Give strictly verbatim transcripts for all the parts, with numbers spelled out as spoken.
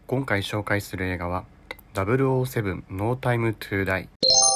今回紹介する映画はダブルオーセブン No Time to Die。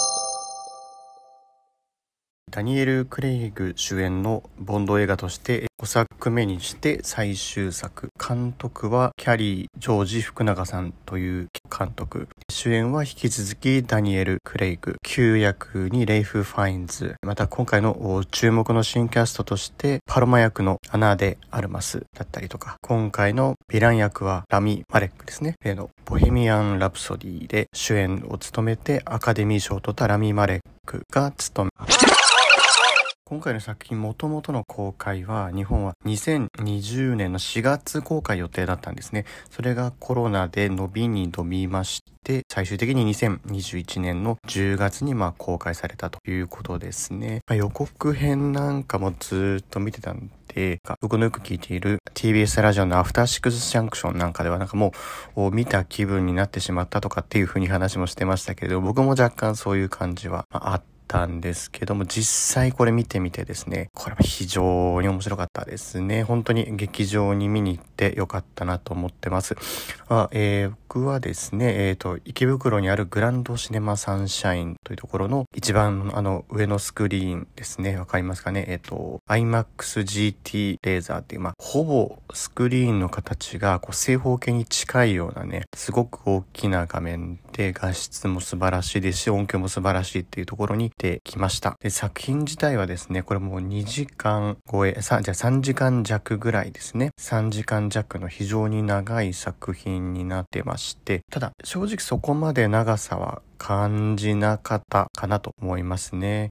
ダニエル・クレイグ主演のボンド映画としてごさくめにして最終作。監督はキャリー・ジョージ・福永さんという監督。主演は引き続きダニエル・クレイグ。旧役にレイフ・ファインズ。また今回の注目の新キャストとしてパロマ役のアナ・デ・アルマスだったりとか、今回のヴィラン役はラミ・マレックですね。例のボヘミアン・ラプソディで主演を務めてアカデミー賞を取ったラミ・マレックが務め、今回の作品元々の公開は日本はにせんにじゅうねんのしがつ公開予定だったんですね。それがコロナで伸びに伸びまして最終的ににせんにじゅういちねんのじゅうがつにまあ公開されたということですね。まあ、予告編なんかもずっと見てたんで僕のよく聞いている ティービーエス ラジオのアフターシックスジャンクションなんかではなんかもう見た気分になってしまったとかっていう風に話もしてましたけれど、僕も若干そういう感じはあってたんですけども、実際これ見てみてですね、これは非常に面白かったですね。本当に劇場に見に行ってよかったなと思ってます。あえー、僕はですね、えっと池袋にあるグランドシネマサンシャインというところの一番あの上のスクリーンですね。わかりますかね。えっと アイマックスジーティー レーザーっていうまあほぼスクリーンの形がこう正方形に近いようなね、すごく大きな画面で画質も素晴らしいですし音響も素晴らしいっていうところにてきました。で、作品自体はですね、これもうにじかん超え、さ、じゃあさんじかんじゃくぐらいですね。さんじかん弱の非常に長い作品になってまして、ただ正直そこまで長さは感じなかったかなと思いますね。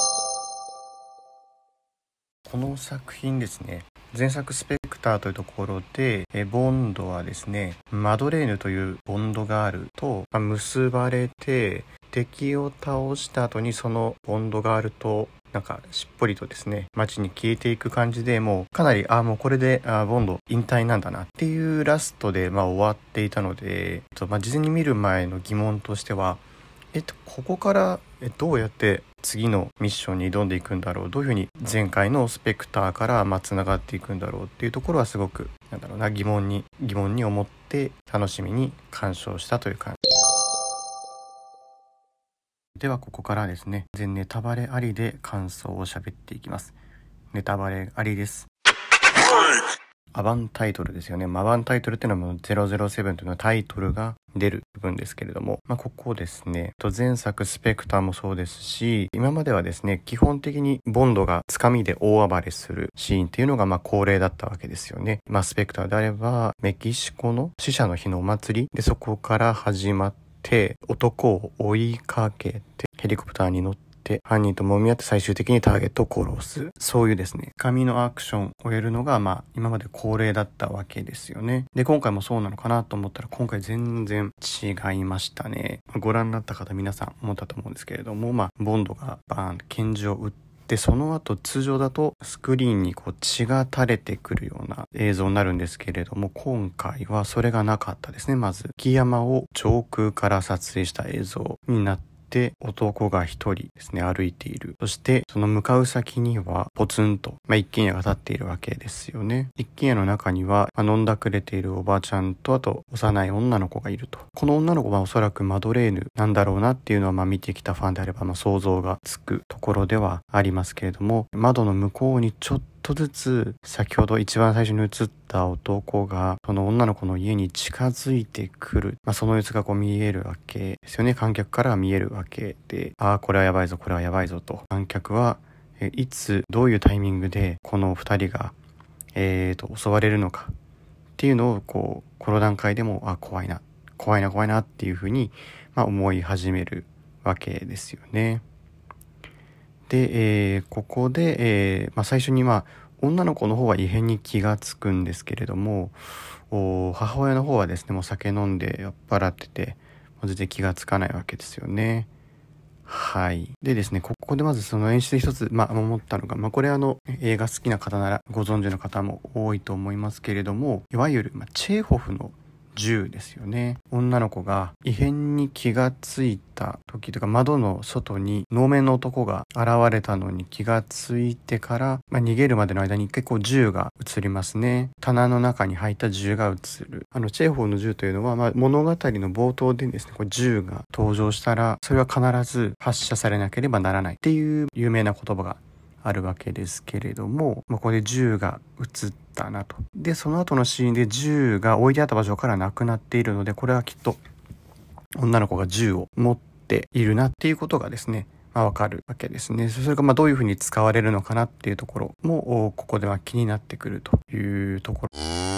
この作品ですね、前作スペクターというところでえボンドはですね、マドレーヌというボンドガールと結ばれて敵を倒した後にそのボンドガールとなんかしっぽりとですね街に消えていく感じで、もうかなりあもうこれであボンド引退なんだなっていうラストでまあ終わっていたので、えっとまあ、事前に見る前の疑問としてはえっとここからえどうやって次のミッションに挑んでいくんだろう、どういうふうに前回のスペクターからまあつながっていくんだろうっていうところはすごくなんだろうな疑問に疑問に思って楽しみに鑑賞したという感じでは、ここからですね全ネタバレありで感想を喋っていきます。ネタバレありです。アバンタイトルですよね。アバンタイトルっていうのはゼロゼロセブンというのタイトルが出る部分ですけれども、まあ、ここですね前作スペクターもそうですし、今まではですね基本的にボンドがつかみで大暴れするシーンっていうのがまあ恒例だったわけですよね。まあ、スペクターであればメキシコの死者の日のお祭りで、そこから始まって男を追いかけてヘリコプターに乗って犯人と揉み合って最終的にターゲットを殺す、そういうですね紙のアクションを終えるのがまあ今まで恒例だったわけですよね。で今回もそうなのかなと思ったら今回全然違いましたね。ご覧になった方皆さん思ったと思うんですけれども、まあボンドがバーンと拳銃を撃ってでその後通常だとスクリーンにこう血が垂れてくるような映像になるんですけれども、今回はそれがなかったですね。まず雪山を上空から撮影した映像になってで男が一人ですね歩いている。そしてその向かう先にはポツンと、まあ、一軒家が建っているわけですよね。一軒家の中には、まあ、飲んだくれているおばあちゃんとあと幼い女の子がいると。この女の子はおそらくマドレーヌなんだろうなっていうのは、まあ、見てきたファンであれば、まあ、想像がつくところではありますけれども、窓の向こうにちょっとちょっとずつ先ほど一番最初に映った男がその女の子の家に近づいてくる、まあ、その様子がこう見えるわけですよね。観客からは見えるわけで、ああこれはやばいぞこれはやばいぞと、観客はいつどういうタイミングでこの二人が、えー、と襲われるのかっていうのをこうこの段階でもあ怖いな怖いな怖いなっていうふうに、まあ、思い始めるわけですよね。で、えー、ここで、えーまあ、最初に、まあ、女の子の方は異変に気がつくんですけれども、母親の方はですねもう酒飲んで酔っ払っててもう全然気がつかないわけですよね。はい。でですねここでまずその演出で一つ、まあ、思ったのが、まあ、これあの映画好きな方ならご存知の方も多いと思いますけれども、いわゆる、まあ、チェーホフの銃ですよね。女の子が異変に気がついた時というか、窓の外に能面の男が現れたのに気がついてから、まあ、逃げるまでの間に一回こう銃が映りますね。棚の中に入った銃が映る。あのチェーホフの銃というのは、まあ、物語の冒頭でですね、こう銃が登場したらそれは必ず発射されなければならないっていう有名な言葉があるわけですけれども、まあ、ここで銃が映ったなと。でその後のシーンで銃が置いてあった場所からなくなっているので、これはきっと女の子が銃を持っているなっていうことがですね、まあ、わかるわけですね。それがまあどういうふうに使われるのかなっていうところもここでは気になってくるというところ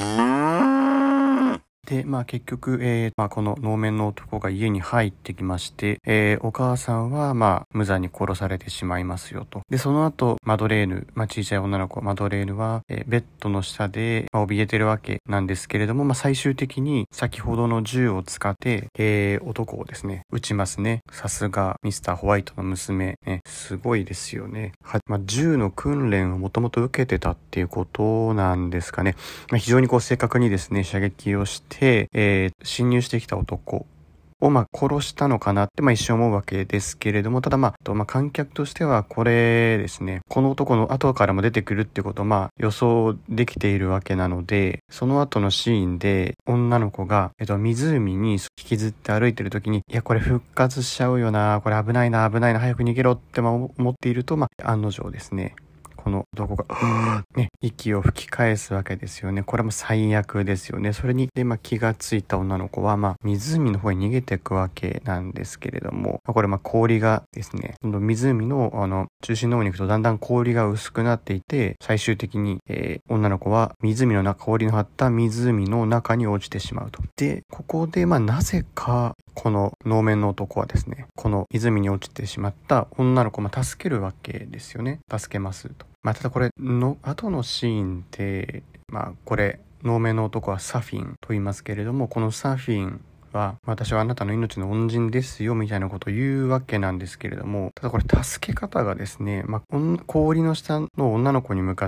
で、まあ結局、えーまあ、この能面の男が家に入ってきまして、えー、お母さんはまあ無残に殺されてしまいますよと。で、その後、マドレーヌ、まあ小さい女の子、マドレーヌは、えー、ベッドの下で、まあ、怯えてるわけなんですけれども、まあ最終的に先ほどの銃を使って、えー、男をですね、撃ちますね。さすがミスターホワイトの娘、ね、すごいですよね。は、まあ銃の訓練をもともと受けてたっていうことなんですかね。まあ、非常にこう正確にですね、射撃をして、えー、侵入してきた男をまあ殺したのかなってまあ一瞬思うわけですけれども、ただまあ、とまあ観客としてはこれですね、この男の後からも出てくるってことをまあ予想できているわけなので、その後のシーンで女の子が、えっと、湖に引きずって歩いてる時に、いやこれ復活しちゃうよな、これ危ないな危ないな、早く逃げろってまあ思っていると、まあ案の定ですね、この男がね、息を吹き返すわけですよね。これも最悪ですよね。それにで、まあ、気がついた女の子は、まあ、湖の方に逃げていくわけなんですけれども、まあ、これまあ氷がですね、湖のあの中心の方に行くとだんだん氷が薄くなっていて、最終的に、えー、女の子は湖の中、氷の張った湖の中に落ちてしまうと。で、ここでまあなぜかこの能面の男はですね、この湖に落ちてしまった女の子をまあ助けるわけですよね。助けますと。まあ、ただこれの後のシーンで、まあこれ能面の男はサフィンと言いますけれども、このサフィンは私はあなたの命の恩人ですよみたいなことを言うわけなんですけれども、ただこれ助け方がですね、まあ、氷の下の女の子に向かって、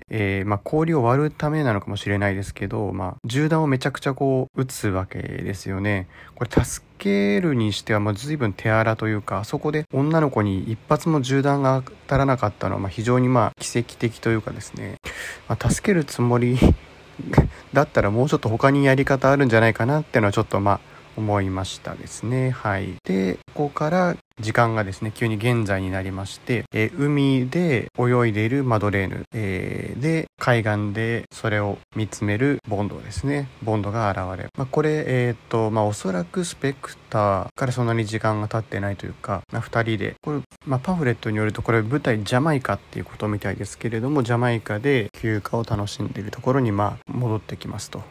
えー、まあ氷を割るためなのかもしれないですけど、まあ銃弾をめちゃくちゃこう撃つわけですよね。これ助けるにしてはまあ随分手荒というか、あそこで女の子に一発も銃弾が当たらなかったのはまあ非常にまあ奇跡的というかですね、まあ、助けるつもりだったらもうちょっと他にやり方あるんじゃないかなっていうのはちょっとまあ思いましたですね。はい。で、ここから時間がですね、急に現在になりまして、えー、海で泳いでいるマドレーヌ、えー、で、海岸でそれを見つめるボンドですね。ボンドが現れる。まあ、これ、えっと、まあ、おそらくスペクターからそんなに時間が経ってないというか、まあ、二人で、これ、まあ、パンフレットによるとこれ舞台ジャマイカっていうことみたいですけれども、ジャマイカで休暇を楽しんでいるところに、まあ、戻ってきますと。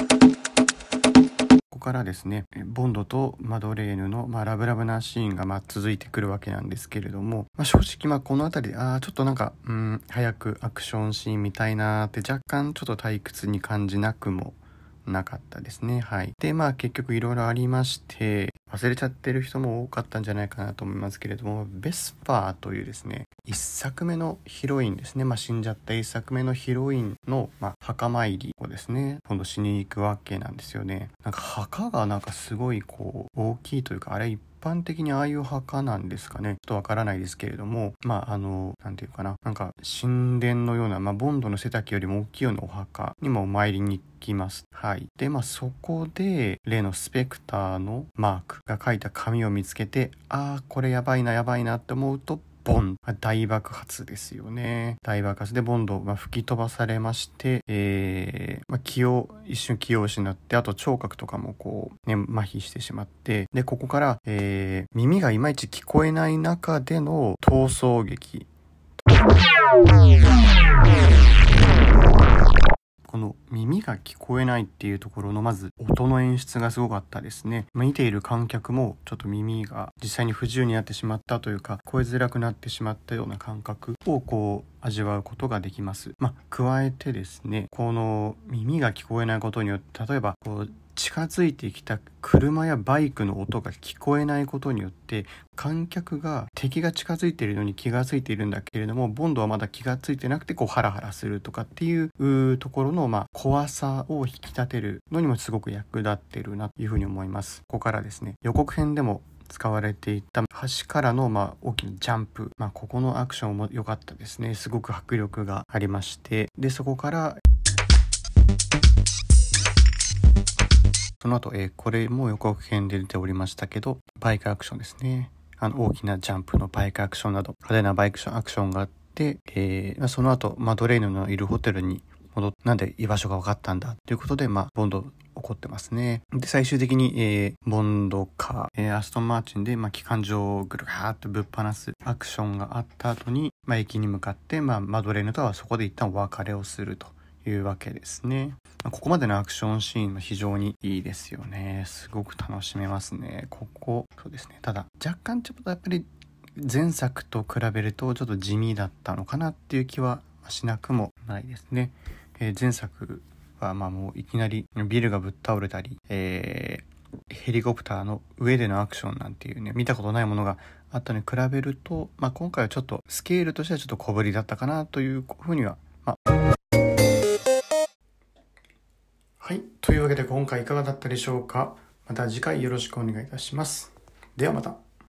ここからですね、ボンドとマドレーヌの、まあ、ラブラブなシーンがまあ続いてくるわけなんですけれども、まあ、正直まあこの辺りでああちょっとなんかうん早くアクションシーン見たいなーって若干ちょっと退屈に感じなくもなかったですね。はい。でまあ結局いろいろありまして、忘れちゃってる人も多かったんじゃないかなと思いますけれども、ベスパーというですね一作目のヒロインですね、まあ死んじゃった一作目のヒロインの、まあ、墓参りをですね今度しに行くわけなんですよね。なんか墓がなんかすごいこう大きいというか、あれ一般的にああいう墓なんですかね、ちょっとわからないですけれども、まああのなんていうかな、なんか神殿のような、まあボンドの背丈よりも大きいようなお墓にもお参りに行きます。はい。でまあそこで例のスペクターのマークが書いた紙を見つけて、ああこれやばいなやばいなって思うとボン、大爆発ですよね。大爆発でボンドが吹き飛ばされまして、えーまあ、気を一瞬気を失って、あと聴覚とかもこうね麻痺してしまって、でここから、えー、耳がいまいち聞こえない中での逃走劇。この耳が聞こえないっていうところのまず音の演出がすごかったですね。見ている観客もちょっと耳が実際に不自由になってしまったというか、聞こえづらくなってしまったような感覚をこう味わうことができます。まあ加えてですね、この耳が聞こえないことによって、例えばこう近づいてきた車やバイクの音が聞こえないことによって、観客が敵が近づいているのに気がついているんだけれども、ボンドはまだ気がついてなくてこうハラハラするとかっていうところのまあ怖さを引き立てるのにもすごく役立ってるなというふうに思います。ここからですね、予告編でも使われていた橋からのまあ大きなジャンプ、まあ、ここのアクションも良かったですね。すごく迫力がありまして、でそこからその後、えー、これも予告編で出ておりましたけど、バイクアクションですね。あの大きなジャンプのバイクアクションなど派手なバイクアクションがあって、えー、その後マドレーヌのいるホテルに戻って、なんで居場所が分かったんだということで、まあ、ボンド起こってますね。で最終的に、えー、ボンドカー、えー、アストンマーチンで、まあ、機関銃をぐるガーッとぶっ放すアクションがあった後に、まあ、駅に向かって、まあ、マドレーヌとはそこで一旦お別れをするというわけですね。ここまでのアクションシーンも非常にいいですよね。すごく楽しめますね。ここそうですね。ただ若干ちょっとやっぱり前作と比べるとちょっと地味だったのかなっていう気はしなくもないですね。えー、前作はまあもういきなりビルがぶっ倒れたり、えー、ヘリコプターの上でのアクションなんていうね、見たことないものがあったのに比べると、まあ、今回はちょっとスケールとしてはちょっと小ぶりだったかなというふうには、まあはい。というわけで今回いかがだったでしょうか。また次回よろしくお願いいたします。ではまた。